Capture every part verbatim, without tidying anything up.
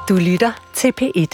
Du lytter til P et.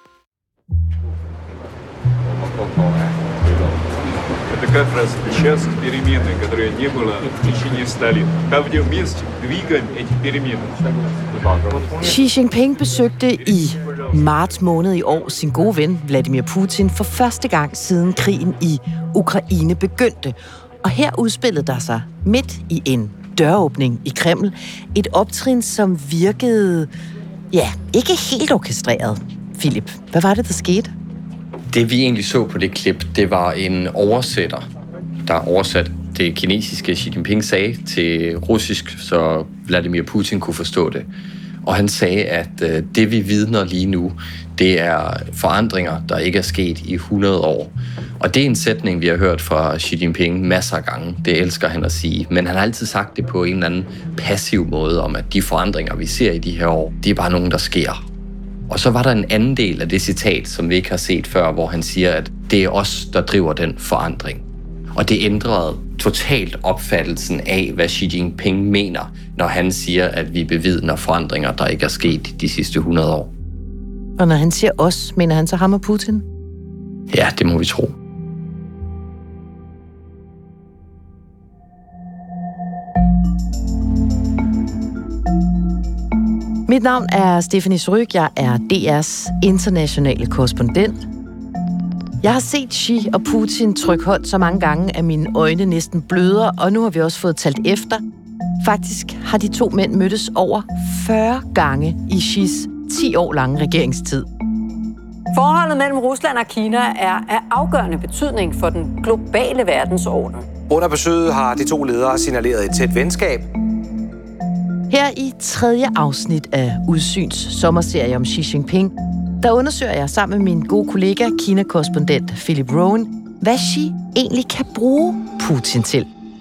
Это как раз сейчас перемены, которые не было в течение ста лет. Там вместе двигаем эти перемены. Xi Jinping besøgte i marts måned i år sin gode ven Vladimir Putin for første gang siden krigen i Ukraine begyndte. Og her udspillede der sig midt i en døråbning i Kreml et optrin, som virkede, ja, ikke helt orkestreret. Philip, hvad var det, der skete? Det vi egentlig så på det klip, det var en oversætter, der oversatte det kinesiske Xi Jinping sagde til russisk, så Vladimir Putin kunne forstå det. Og han sagde, at det vi vidner lige nu, det er forandringer, der ikke er sket i hundrede år. Og det er en sætning, vi har hørt fra Xi Jinping masser af gange. Det elsker han at sige. Men han har altid sagt det på en eller anden passiv måde, om at de forandringer, vi ser i de her år, det er bare nogen, der sker. Og så var der en anden del af det citat, som vi ikke har set før, hvor han siger, at det er os, der driver den forandring. Og det ændrede totalt opfattelsen af, hvad Xi Jinping mener, når han siger, at vi bevidner forandringer, der ikke er sket de sidste hundrede år. Og når han siger os, mener han så ham og Putin? Ja, det må vi tro. Mit navn er Stephanie Surrugue. Jeg er D R's internationale korrespondent. Jeg har set Xi og Putin trykke hånd så mange gange, at mine øjne næsten bløder, og nu har vi også fået talt efter. Faktisk har de to mænd mødtes over fyrre gange i Xis ti år lange regeringstid. Forholdet mellem Rusland og Kina er af afgørende betydning for den globale verdensorden. Under besøget har de to ledere signaleret et tæt venskab. Her i tredje afsnit af Udsyns sommerserie om Xi Jinping, der undersøger jeg sammen med min gode kollega, Kina-korrespondent Philip Rowan, hvad Xi egentlig kan bruge Putin til.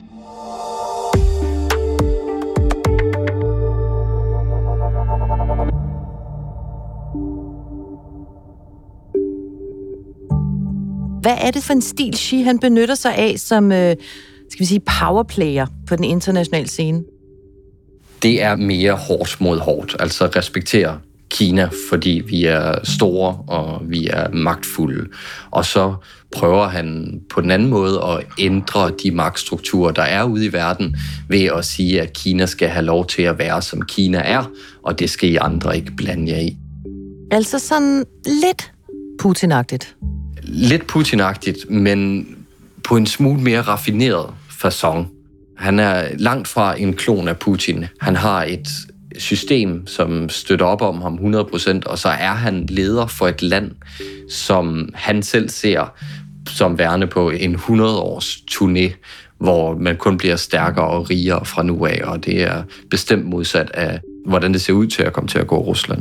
Hvad er det for en stil, Xi han benytter sig af som øh, skal vi sige, powerplayer på den internationale scene? Det er mere hårdt mod hårdt, altså respektere Kina, fordi vi er store og vi er magtfulde. Og så prøver han på den anden måde at ændre de magtstrukturer, der er ude i verden, ved at sige, at Kina skal have lov til at være, som Kina er, og det skal I andre ikke blande jer i. Altså sådan lidt Putin-agtigt. Lidt Putin-agtigt, men på en smule mere raffineret facon. Han er langt fra en klon af Putin. Han har et system, som støtter op om ham hundrede procent, og så er han leder for et land, som han selv ser som værende på en hundrede års turné, hvor man kun bliver stærkere og rigere fra nu af, og det er bestemt modsat af, hvordan det ser ud til at komme til at gå Rusland.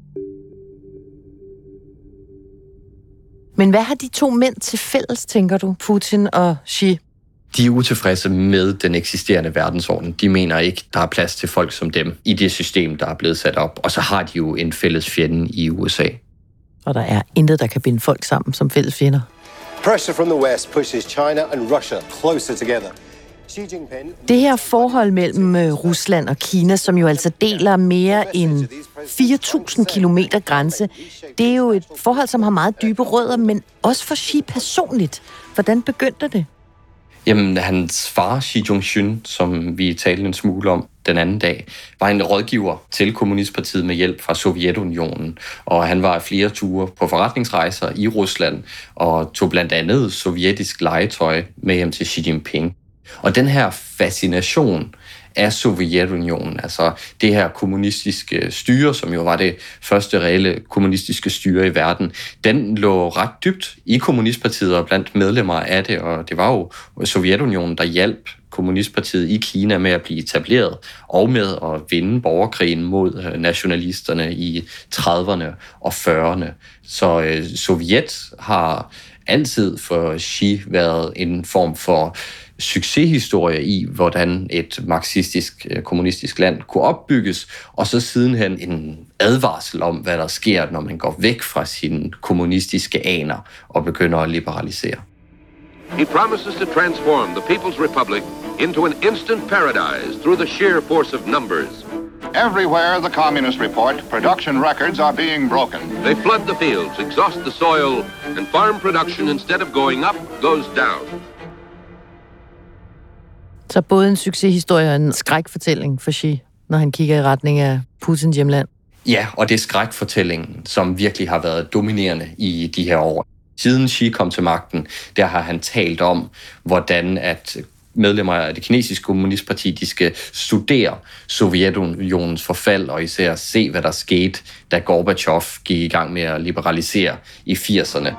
Men hvad har de to mænd til fælles, tænker du, Putin og Xi? De er utilfredse med den eksisterende verdensorden. De mener ikke, der er plads til folk som dem i det system, der er blevet sat op. Og så har de jo en fælles fjende i U S A. Og der er intet, der kan binde folk sammen som fælles fjender. Pressure from the West pushes China and Russia closer together. Det her forhold mellem Rusland og Kina, som jo altså deler mere end fire tusind kilometer grænse, det er jo et forhold, som har meget dybe rødder, men også for Xi personligt. Hvordan begyndte det? Jamen, hans far, Xi Jinping, som vi talte en smule om den anden dag, var en rådgiver til Kommunistpartiet med hjælp fra Sovjetunionen. Og han var flere ture på forretningsrejser i Rusland og tog blandt andet sovjetisk legetøj med hjem til Xi Jinping. Og den her fascination af Sovjetunionen, altså det her kommunistiske styre, som jo var det første reelle kommunistiske styre i verden, den lå ret dybt i Kommunistpartiet og blandt medlemmer af det, og det var jo Sovjetunionen, der hjalp Kommunistpartiet i Kina med at blive etableret og med at vinde borgerkrigen mod nationalisterne i trediverne og fyrrerne. Så øh, Sovjet har altid for Xi været en form for succeshistorie i, hvordan et marxistisk, kommunistisk land kunne opbygges, og så sidenhen en advarsel om, hvad der sker, når man går væk fra sine kommunistiske aner og begynder at liberalisere. He promises to transform the People's Republic into an instant paradise through the sheer force of numbers. Everywhere the communists report, production records are being broken. They flood the fields, exhaust the soil, and farm production, instead of going up, goes down. Så både en succeshistorie og en skrækfortælling for Xi, når han kigger i retning af Putins hjemland. Ja, og det er skrækfortællingen, som virkelig har været dominerende i de her år. Siden Xi kom til magten, der har han talt om, hvordan at medlemmer af det kinesiske kommunistparti, de skal studere Sovjetunionens forfald, og især se, hvad der skete, da Gorbachev gik i gang med at liberalisere i firserne.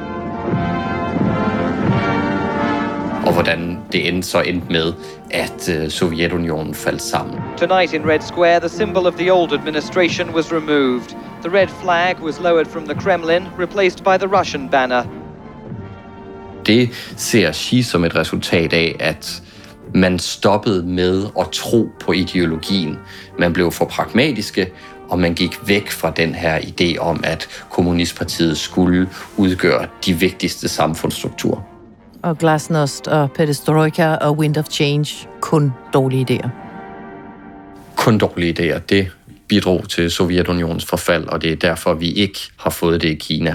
Og hvordan det endte så endte med, at uh, Sovjetunionen faldt sammen. Tonight in Red Square, the symbol of the old administration was removed. The red flag was lowered from the Kremlin, replaced by the Russian banner. Det ser Xi som et resultat af, at man stoppede med at tro på ideologien. Man blev for pragmatiske, og man gik væk fra den her idé om, at kommunistpartiet skulle udgøre de vigtigste samfundsstrukturer. Og glasnost og perestroika og wind of change, kun dårlige idéer. Kun dårlige idéer. Det bidrog til Sovjetunionens forfald, og det er derfor, vi ikke har fået det i Kina.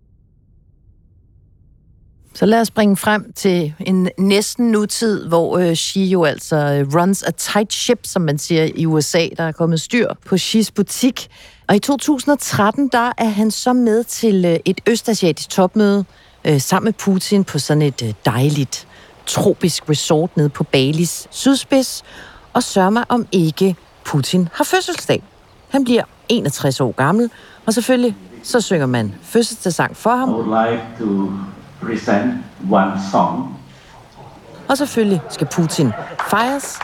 Så lad os springe frem til en næsten nutid, hvor øh, Xi jo altså øh, runs a tight ship, som man siger i U S A. Der er kommet styr på Xis butik. Og i to tusind og tretten, der er han så med til øh, et østasiatisk topmøde øh, sammen med Putin på sådan et øh, dejligt tropisk resort nede på Balis sydspids. Og sørger mig, om ikke Putin har fødselsdag. Han bliver enogtres år gammel, og selvfølgelig så synger man fødselsdagssang for ham. I would like to present one song. Og selvfølgelig skal Putin fejres.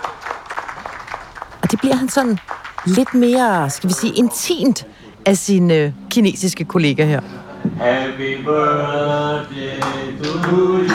Og det bliver han sådan lidt mere, skal vi sige, intimt af sine øh, kinesiske kolleger her. Happy birthday to you.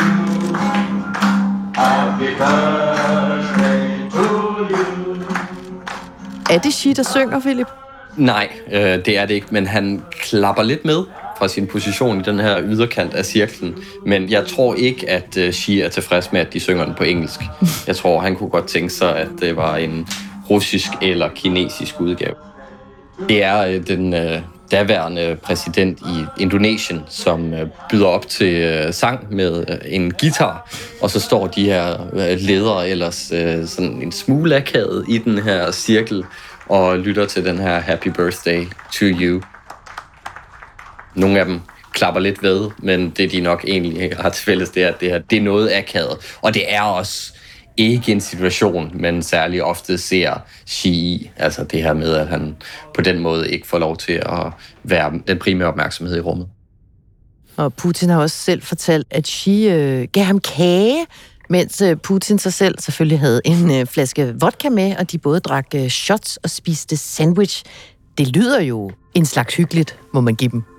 Happy birthday to you. Er det Xi, der synger, Philip? Nej, øh, det er det ikke, men han klapper lidt med fra sin position i den her yderkant af cirklen. Men jeg tror ikke, at uh, Xi er tilfreds med, at de synger den på engelsk. Jeg tror, han kunne godt tænke sig, at det var en russisk eller kinesisk udgave. Det er uh, den uh, daværende præsident i Indonesien, som uh, byder op til uh, sang med uh, en guitar, og så står de her uh, ledere ellers uh, sådan en smule akavet i den her cirkel, og lytter til den her Happy Birthday to You. Nogle af dem klapper lidt ved, men det de nok egentlig har til fælles, det er, at det, her, det er noget akavet. Og det er også ikke en situation, man særlig ofte ser Xi i. Altså det her med, at han på den måde ikke får lov til at være den primære opmærksomhed i rummet. Og Putin har også selv fortalt, at Xi øh, gav ham kage, mens øh, Putin sig selv selvfølgelig havde en øh, flaske vodka med, og de både drak øh, shots og spiste sandwich. Det lyder jo en slags hyggeligt, må man give dem.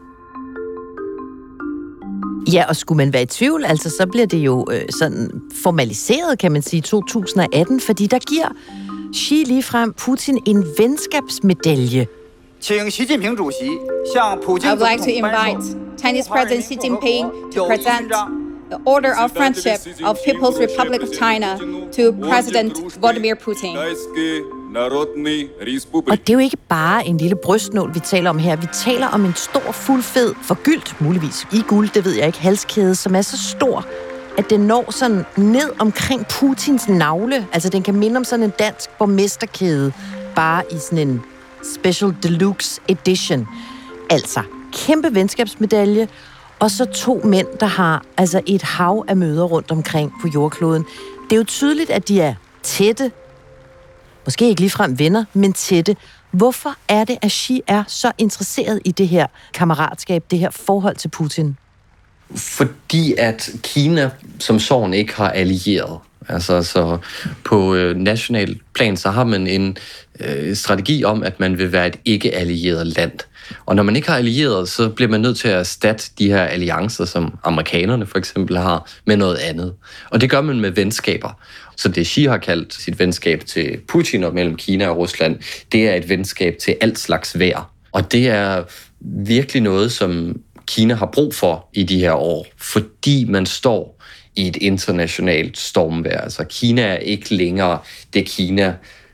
Ja, og skulle man være i tvivl, altså så bliver det jo øh, sådan formaliseret, kan man sige, i to tusind og atten, fordi der giver Xi ligefrem Putin en venskabsmedalje. I would like to invite Chinese President Xi Jinping to present the Order of Friendship of People's Republic of China to President Vladimir Putin. Og det er jo ikke bare en lille brystnål, vi taler om her. Vi taler om en stor, fuldfed, forgyldt, muligvis i guld, det ved jeg ikke, halskæde, som er så stor, at den når sådan ned omkring Putins navle. Altså, den kan minde om sådan en dansk borgmesterkæde, bare i sådan en special deluxe edition. Altså, kæmpe venskabsmedalje, og så to mænd, der har altså et hav af møder rundt omkring på jordkloden. Det er jo tydeligt, at de er tætte, måske ikke ligefrem venner, men tætte. Hvorfor er det, at Xi er så interesseret i det her kammeratskab, det her forhold til Putin? Fordi at Kina som sådan ikke har allieret. Altså så på øh, national plan, så har man en øh, strategi om, at man vil være et ikke-allieret land. Og når man ikke har allieret, så bliver man nødt til at erstatte de her alliancer, som amerikanerne for eksempel har, med noget andet. Og det gør man med venskaber. Så det Xi har kaldt sit venskab til Putin og mellem Kina og Rusland, det er et venskab til alt slags vejr. Og det er virkelig noget, som Kina har brug for i de her år, fordi man står i et internationalt stormvejr. Altså Kina er ikke længere det Kina,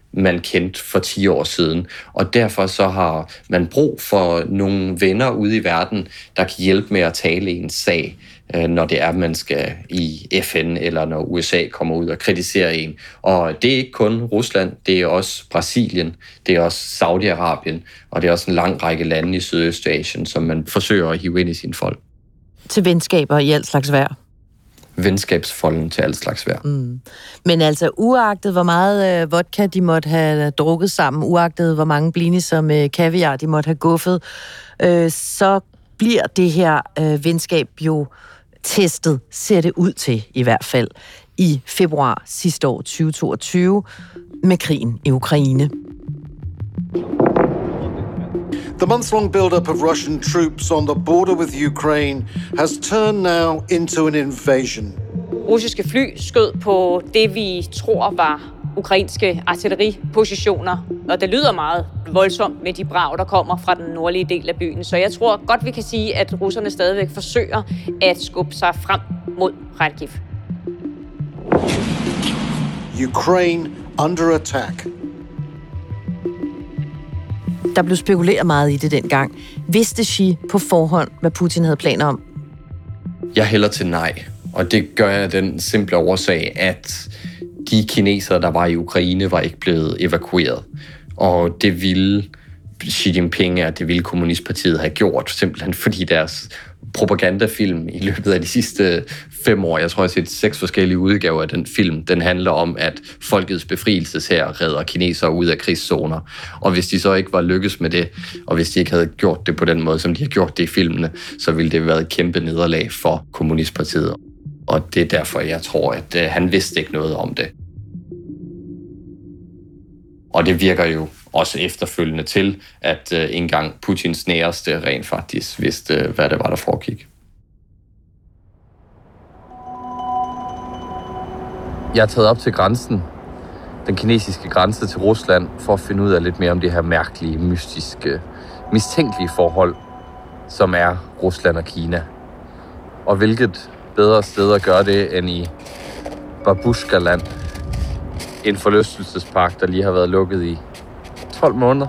man kendte for ti år siden. Og derfor så har man brug for nogle venner ude i verden, der kan hjælpe med at tale en sag, når det er, man skal i F N, eller når U S A kommer ud og kritiserer en. Og det er ikke kun Rusland, det er også Brasilien, det er også Saudi-Arabien, og det er også en lang række lande i Sydøstasien, som man forsøger at hive ind i sine folk. Til venskaber i alt slags vejr. Venskabsfolden til alt slags vejr. Mm. Men altså, uagtet hvor meget øh, vodka de måtte have drukket sammen, uagtet hvor mange blinis som øh, kaviar de måtte have guffet, øh, så bliver det her øh, venskab jo testet, ser det ud til i hvert fald, i februar sidste år tyve toogtyve med krigen i Ukraine. The months-long build-up of Russian troops on the border with Ukraine has turned now into an invasion. Russiske fly skød på det, vi tror var ukrainske artilleripositioner, og det lyder meget voldsomt med de brag, der kommer fra den nordlige del af byen. Så jeg tror godt, vi kan sige, at russerne stadigvæk forsøger at skubbe sig frem mod Kharkiv. Ukraine under attack. Der blev spekuleret meget i det dengang. Vidste Xi på forhånd, hvad Putin havde planer om? Jeg hælder til nej, og det gør jeg af den simple årsag, at de kinesere, der var i Ukraine, var ikke blevet evakueret. Og det ville Xi Jinping, at det ville Kommunistpartiet have gjort, simpelthen fordi deres propagandafilm i løbet af de sidste fem år, jeg tror, jeg har set seks forskellige udgaver af den film, den handler om, at folkets befrielseshær redder kinesere ud af krigszoner. Og hvis de så ikke var lykkes med det, og hvis de ikke havde gjort det på den måde, som de har gjort det i filmene, så ville det have været et kæmpe nederlag for Kommunistpartiet. Og det er derfor, jeg tror, at øh, han vidste ikke noget om det. Og det virker jo også efterfølgende til, at øh, engang Putins næreste rent faktisk vidste, øh, hvad det var, der foregik. Jeg er taget op til grænsen, den kinesiske grænse til Rusland, for at finde ud af lidt mere om det her mærkelige, mystiske, mistænkelige forhold, som er Rusland og Kina. Og hvilket bedre sted at gøre det end i Babushka-land, en forlystelsespark, der lige har været lukket i tolv måneder.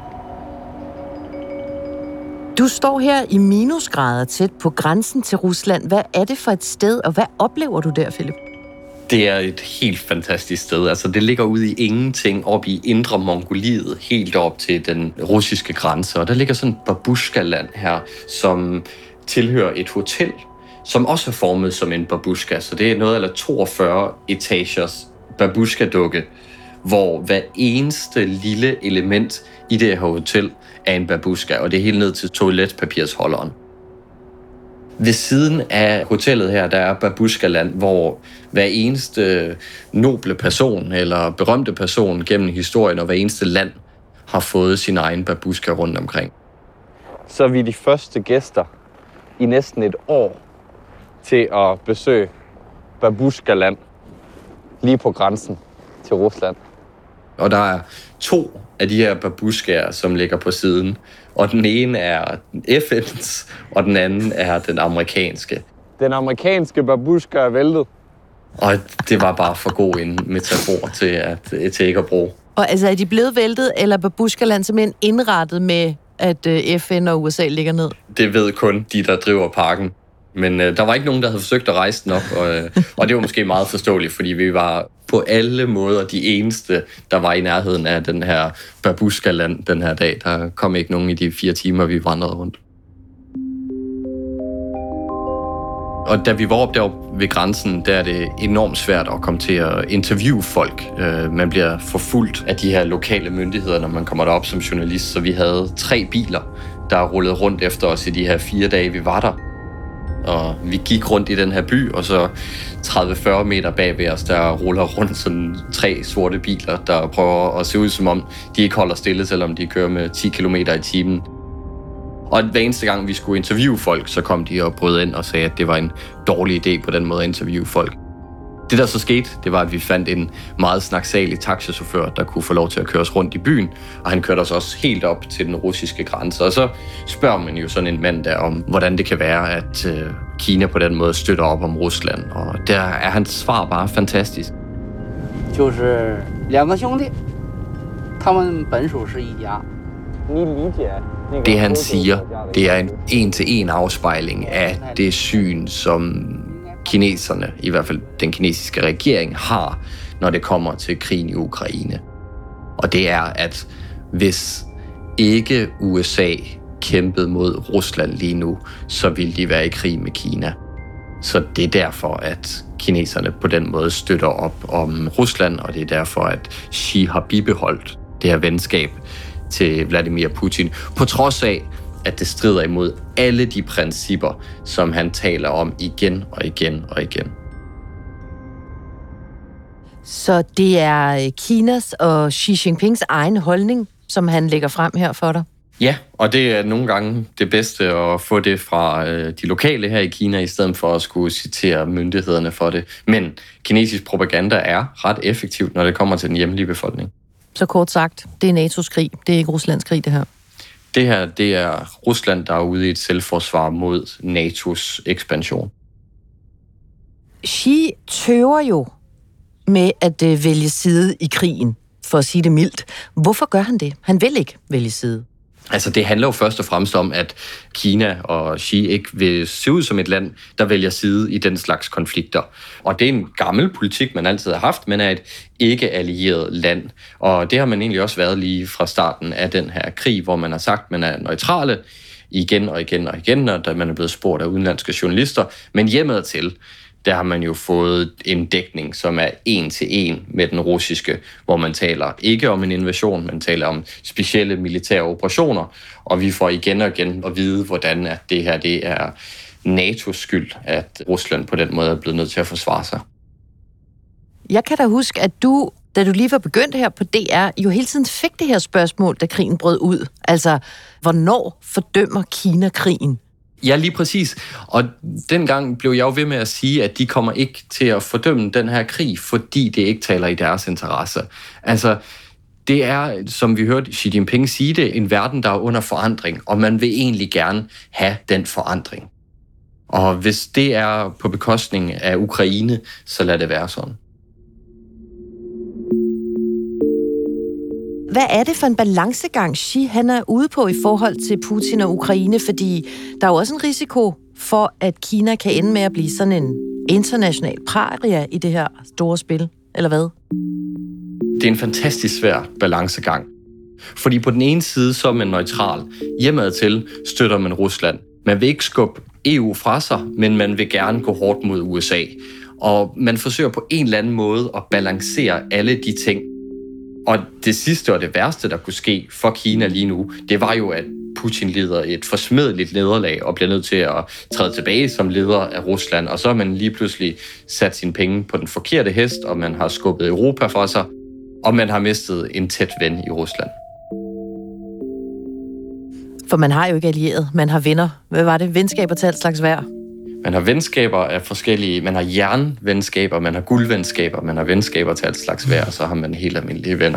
Du står her i minusgrader tæt på grænsen til Rusland. Hvad er det for et sted, og hvad oplever du der, Philip? Det er et helt fantastisk sted. Altså, det ligger ude i ingenting, op i indre Mongoliet, helt op til den russiske grænse. Og der ligger sådan et Babushka-land her, som tilhører et hotel, som også er formet som en babushka. Så det er noget eller toogfyrre etagers babushka-dukke, hvor hver eneste lille element i det her hotel er en babushka, og det er helt ned til toiletpapirsholderen. Ved siden af hotellet her, der er Babushka-land, hvor hver eneste noble person eller berømte person gennem historien og hver eneste land har fået sin egen babushka rundt omkring. Så er vi de første gæster i næsten et år til at besøge Babushka-land lige på grænsen til Rusland. Og der er to af de her babushkaer, som ligger på siden. Og den ene er F N's, og den anden er den amerikanske. Den amerikanske babushka er væltet. Og det var bare for god en metafor til, at, til ikke at bruge. Og altså, er de blevet væltet, eller Babushka-land simpelthen indrettet med, at F N og U S A ligger ned? Det ved kun de, der driver parken. Men øh, der var ikke nogen, der havde forsøgt at rejse den op, og, øh, og det var måske meget forståeligt, fordi vi var på alle måder de eneste, der var i nærheden af den her Babushka-land den her dag. Der kom ikke nogen i de fire timer, vi vandrede rundt. Og da vi var oppe deroppe ved grænsen, der er det enormt svært at komme til at interviewe folk. Øh, man bliver forfulgt af de her lokale myndigheder, når man kommer derop som journalist. Så vi havde tre biler, der rullede rundt efter os i de her fire dage, vi var der. Og vi gik rundt i den her by, og så tredive til fyrre meter bag ved os, der ruller rundt sådan tre sorte biler, der prøver at se ud som om, de ikke holder stille, selvom de kører med ti kilometer i timen. Og hver eneste gang, vi skulle interviewe folk, så kom de og brød ind og sagde, at det var en dårlig idé på den måde at interviewe folk. Det, der så skete, det var, at vi fandt en meget snaksalig taxachauffør, der kunne få lov til at køre os rundt i byen, og han kørte os også helt op til den russiske grænse. Og så spørger man jo sådan en mand der om, hvordan det kan være, at øh, Kina på den måde støtter op om Rusland. Og der er hans svar bare fantastisk. 就是两个兄弟 Det han siger, det er en en-til-en afspejling af det syn, som kineserne, i hvert fald den kinesiske regering, har, når det kommer til krigen i Ukraine. Og det er, at hvis ikke U S A kæmpede mod Rusland lige nu, så ville de være i krig med Kina. Så det er derfor, at kineserne på den måde støtter op om Rusland, og det er derfor, at Xi har bibeholdt det her venskab til Vladimir Putin, på trods af, at det strider imod alle de principper, som han taler om igen og igen og igen. Så det er Kinas og Xi Jinpings egen holdning, som han lægger frem her for dig? Ja, og det er nogle gange det bedste at få det fra øh, de lokale her i Kina, i stedet for at skulle citere myndighederne for det. Men kinesisk propaganda er ret effektivt, når det kommer til den hjemlige befolkning. Så kort sagt, det er N A T O's krig, det er ikke Ruslands krig, det her? Det her, det er Rusland, der er ude i et selvforsvar mod N A T O's ekspansion. Xi tøver jo med at øh, vælge side i krigen, for at sige det mildt. Hvorfor gør han det? Han vil ikke vælge side. Altså, det handler jo først og fremmest om, at Kina og Xi ikke vil se ud som et land, der vælger side i den slags konflikter. Og det er en gammel politik, man altid har haft, men er et ikke-allieret land. Og det har man egentlig også været lige fra starten af den her krig, hvor man har sagt, at man er neutrale igen og igen og igen, og da man er blevet spurgt af udenlandske journalister. Men hjemad til, der har man jo fået en dækning, som er en til en med den russiske, hvor man taler ikke om en invasion, man taler om specielle militære operationer, og vi får igen og igen at vide, hvordan at det her det er N A T O's skyld, at Rusland på den måde er blevet nødt til at forsvare sig. Jeg kan da huske, at du, da du lige var begyndt her på D R, jo hele tiden fik det her spørgsmål, da krigen brød ud. Altså, hvornår fordømmer Kina krigen? Ja, lige præcis. Og dengang blev jeg jo ved med at sige, at de kommer ikke til at fordømme den her krig, fordi det ikke taler i deres interesse. Altså, det er, som vi hørte Xi Jinping sige det, en verden, der er under forandring, og man vil egentlig gerne have den forandring. Og hvis det er på bekostning af Ukraine, så lad det være sådan. Hvad er det for en balancegang, Xi han er ude på i forhold til Putin og Ukraine? Fordi der er jo også en risiko for, at Kina kan ende med at blive sådan en international paria i det her store spil, eller hvad? Det er en fantastisk svær balancegang. Fordi på den ene side, så er man neutral. Hjemad til støtter man Rusland. Man vil ikke skubbe E U fra sig, men man vil gerne gå hårdt mod U S A. Og man forsøger på en eller anden måde at balancere alle de ting. Og det sidste og det værste, der kunne ske for Kina lige nu, det var jo, at Putin lider et forsmedeligt nederlag og bliver nødt til at træde tilbage som leder af Rusland. Og så har man lige pludselig sat sine penge på den forkerte hest, og man har skubbet Europa fra sig, og man har mistet en tæt ven i Rusland. For man har jo ikke allieret, man har venner. Hvad var det? Venskaber til alt slags værd? Man har venskaber af forskellige, man har jernvenskaber, man har guldvenskaber, man har venskaber til alt slags værd, og så har man helt almindelige venner.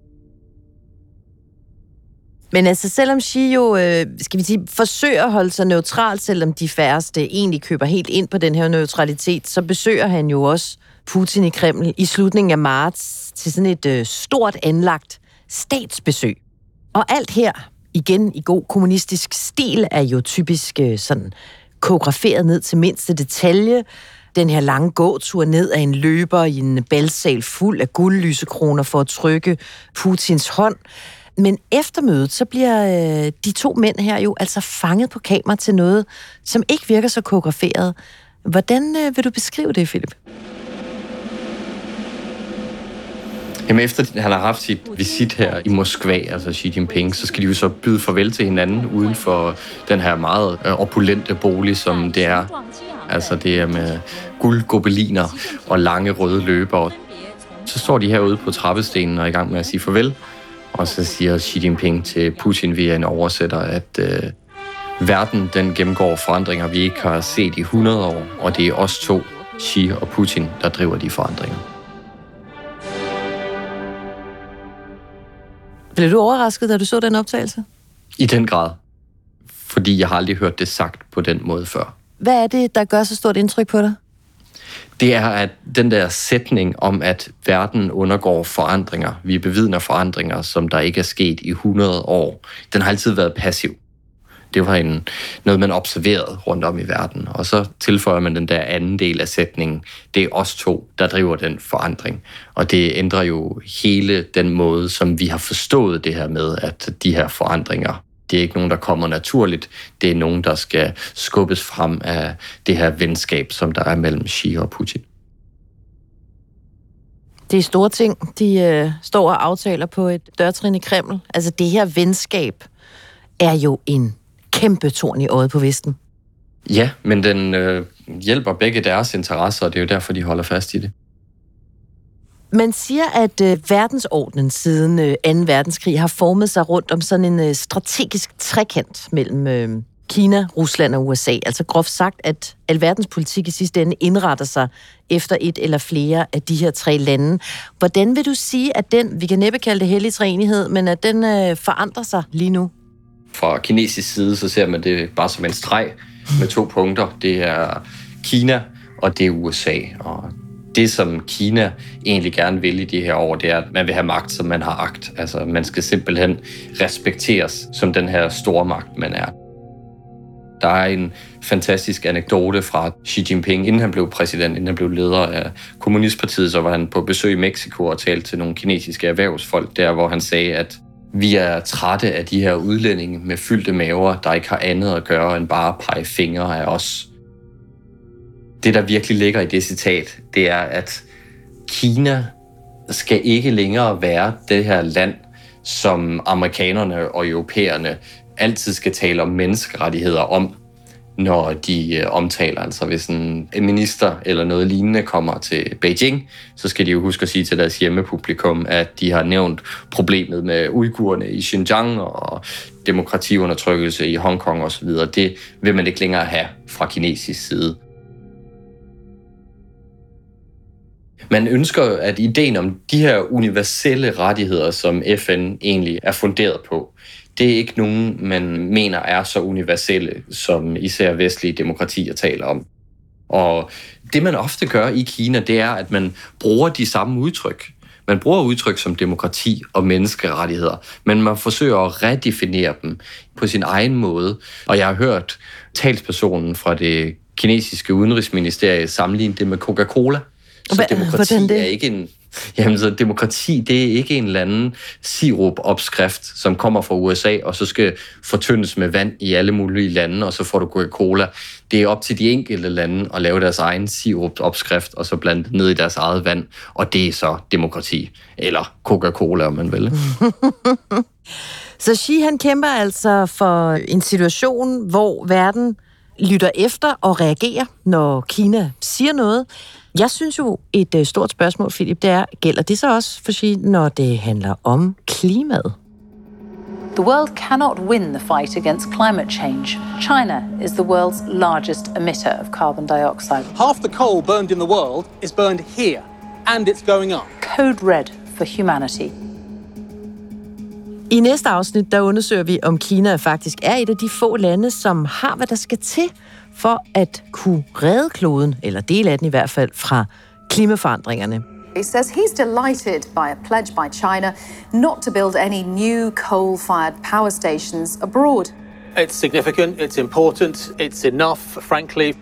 Men altså, selvom Xi jo, øh, skal vi sige, forsøger at holde sig neutral, selvom de færreste egentlig køber helt ind på den her neutralitet, så besøger han jo også Putin i Kreml i slutningen af marts til sådan et øh, stort anlagt statsbesøg. Og alt her, igen i god kommunistisk stil, er jo typisk øh, sådan koreograferet ned til mindste detalje. Den her lange gåtur ned af en løber i en balsal fuld af guldlysekroner for at trykke Putins hånd. Men efter mødet, så bliver øh, de to mænd her jo altså fanget på kamera til noget, som ikke virker så koreograferet. Hvordan øh, vil du beskrive det, Philip? Jamen efter han har haft sit visit her i Moskva, altså Xi Jinping, så skal de jo så byde farvel til hinanden uden for den her meget øh, opulente bolig, som det er. Altså det er med guldgobeliner og lange røde løber. Så står de herude på trappestenen og er i gang med at sige farvel. Og så siger Xi Jinping til Putin via en oversætter, at øh, verden den gennemgår forandringer, vi ikke har set i hundrede år, og det er os to, Xi og Putin, der driver de forandringer. Blev du overrasket, da du så den optagelse? I den grad. Fordi jeg har aldrig hørt det sagt på den måde før. Hvad er det, der gør så stort indtryk på dig? det er, at den der sætning om, at verden undergår forandringer, vi bevidner forandringer, som der ikke er sket i hundrede år, den har altid været passiv. Det var en, noget, man observerede rundt om i verden. Og så tilføjer man den der anden del af sætningen. Det er os to, der driver den forandring. Og det ændrer jo hele den måde, som vi har forstået det her med, at de her forandringer, det er ikke nogen, der kommer naturligt. Det er nogen, der skal skubbes frem af det her venskab, som der er mellem Xi og Putin. Det er store ting, de øh, står og aftaler på et dørtrin i Kreml. Altså det her venskab er jo en kæmpe torn i øjet på Vesten. Ja, men den øh, hjælper begge deres interesser, og det er jo derfor, de holder fast i det. Man siger, at øh, verdensordenen siden øh, anden verdenskrig har formet sig rundt om sådan en øh, strategisk trekant mellem øh, Kina, Rusland og U S A. Altså groft sagt, at alverdens politik i sidste ende indretter sig efter et eller flere af de her tre lande. Hvordan vil du sige, at den, vi kan næppe kalde det hellig treenighed, men at den øh, forandrer sig lige nu? Fra kinesisk side, så ser man det bare som en streg med to punkter. Det er Kina, og det er U S A. Og det, som Kina egentlig gerne vil i de her år, det er, at man vil have magt, som man har agt. Altså, man skal simpelthen respekteres som den her store magt, man er. Der er en fantastisk anekdote fra Xi Jinping, inden han blev præsident, inden han blev leder af Kommunistpartiet, så var han på besøg i Mexico og talte til nogle kinesiske erhvervsfolk der, hvor han sagde, at vi er trætte af de her udlændinge med fyldte maver, der ikke har andet at gøre end bare pege fingre af os. Det, der virkelig ligger i det citat, det er, at Kina skal ikke længere være det her land, som amerikanerne og europæerne altid skal tale om menneskerettigheder om, når de omtaler. Altså hvis en minister eller noget lignende kommer til Beijing, så skal de jo huske at sige til deres hjemmepublikum, at de har nævnt problemet med uigurerne i Xinjiang og demokratiundertrykkelse i Hongkong osv. Det vil man ikke længere have fra kinesisk side. Man ønsker, at ideen om de her universelle rettigheder, som F N egentlig er funderet på, det er ikke nogen, man mener er så universelle, som især vestlige demokratier taler om. Og det, man ofte gør i Kina, det er, at man bruger de samme udtryk. Man bruger udtryk som demokrati og menneskerettigheder, men man forsøger at redefinere dem på sin egen måde. Og jeg har hørt talspersonen fra det kinesiske udenrigsministerie sammenligne det med Coca-Cola. Så demokrati er ikke en... Jamen, så demokrati, det er ikke en eller anden sirup-opskrift, som kommer fra U S A, og så skal fortyndes med vand i alle mulige lande, og så får du Coca-Cola. Det er op til de enkelte lande at lave deres egen sirup-opskrift, og så blande det ned i deres eget vand, og det er så demokrati. Eller Coca-Cola, om man vil. Så Xi, han kæmper altså for en situation, hvor verden lytter efter og reagerer, når Kina siger noget. Jeg synes jo, et uh, stort spørgsmål, Philip, det er, gælder det så også for Xi, når det handler om klimaet? The world cannot win the fight against climate change. China is the world's largest emitter of carbon dioxide. Half the coal burned in the world is burned here, and it's going up. Code red for humanity. I næste afsnit, der undersøger vi, om Kina faktisk er et af de få lande, som har, hvad der skal til for at kunne redde kloden, eller dele af den i hvert fald, fra klimaforandringerne. He says he's delighted by a pledge by China not to build any new coal-fired power stations abroad. It's significant, it's important, it's enough, frankly.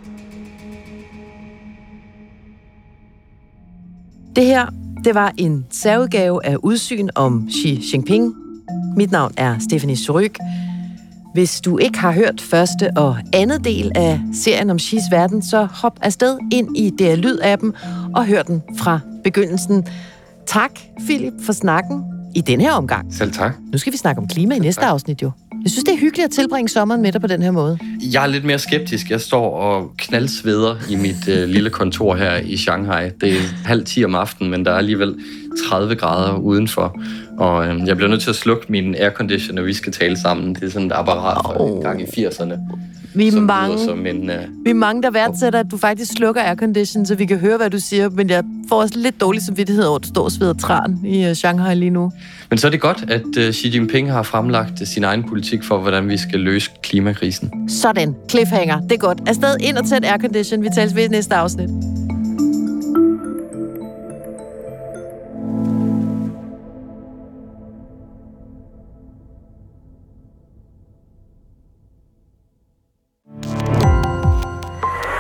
Det her, det var en særudgave af Udsyn om Xi Jinping. Mit navn er Stephanie Surrugue. Hvis du ikke har hørt første og andet del af serien om Xi's verden, så hop afsted ind i D R Lyd-appen og hør den fra begyndelsen. Tak, Philip, for snakken i den her omgang. Selv tak. Nu skal vi snakke om klima i næste afsnit, jo. Jeg synes, det er hyggeligt at tilbringe sommeren med dig på den her måde. Jeg er lidt mere skeptisk. Jeg står og knaldsveder i mit øh, lille kontor her i Shanghai. Det er halv ti om aftenen, men der er alligevel tredive grader udenfor. Og øh, jeg bliver nødt til at slukke min aircondition, når vi skal tale sammen. Det er sådan et apparat fra oh. en gang i firserne. Vi er, mange, som en, uh... vi er mange, der værdsætter, at du faktisk slukker aircondition, så vi kan høre, hvad du siger. Men jeg får også lidt dårlig samvittighed over, at du står og sveder tran i Shanghai lige nu. Men så er det godt, at uh, Xi Jinping har fremlagt sin egen politik for, hvordan vi skal løse klimakrisen. Sådan. Cliffhanger. Det er godt. Afsted ind og tæt aircondition. Vi tales ved i næste afsnit.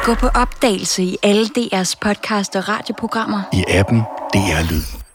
Gå på opdagelse i alle D R's podcast og radioprogrammer. I appen D R Lyd.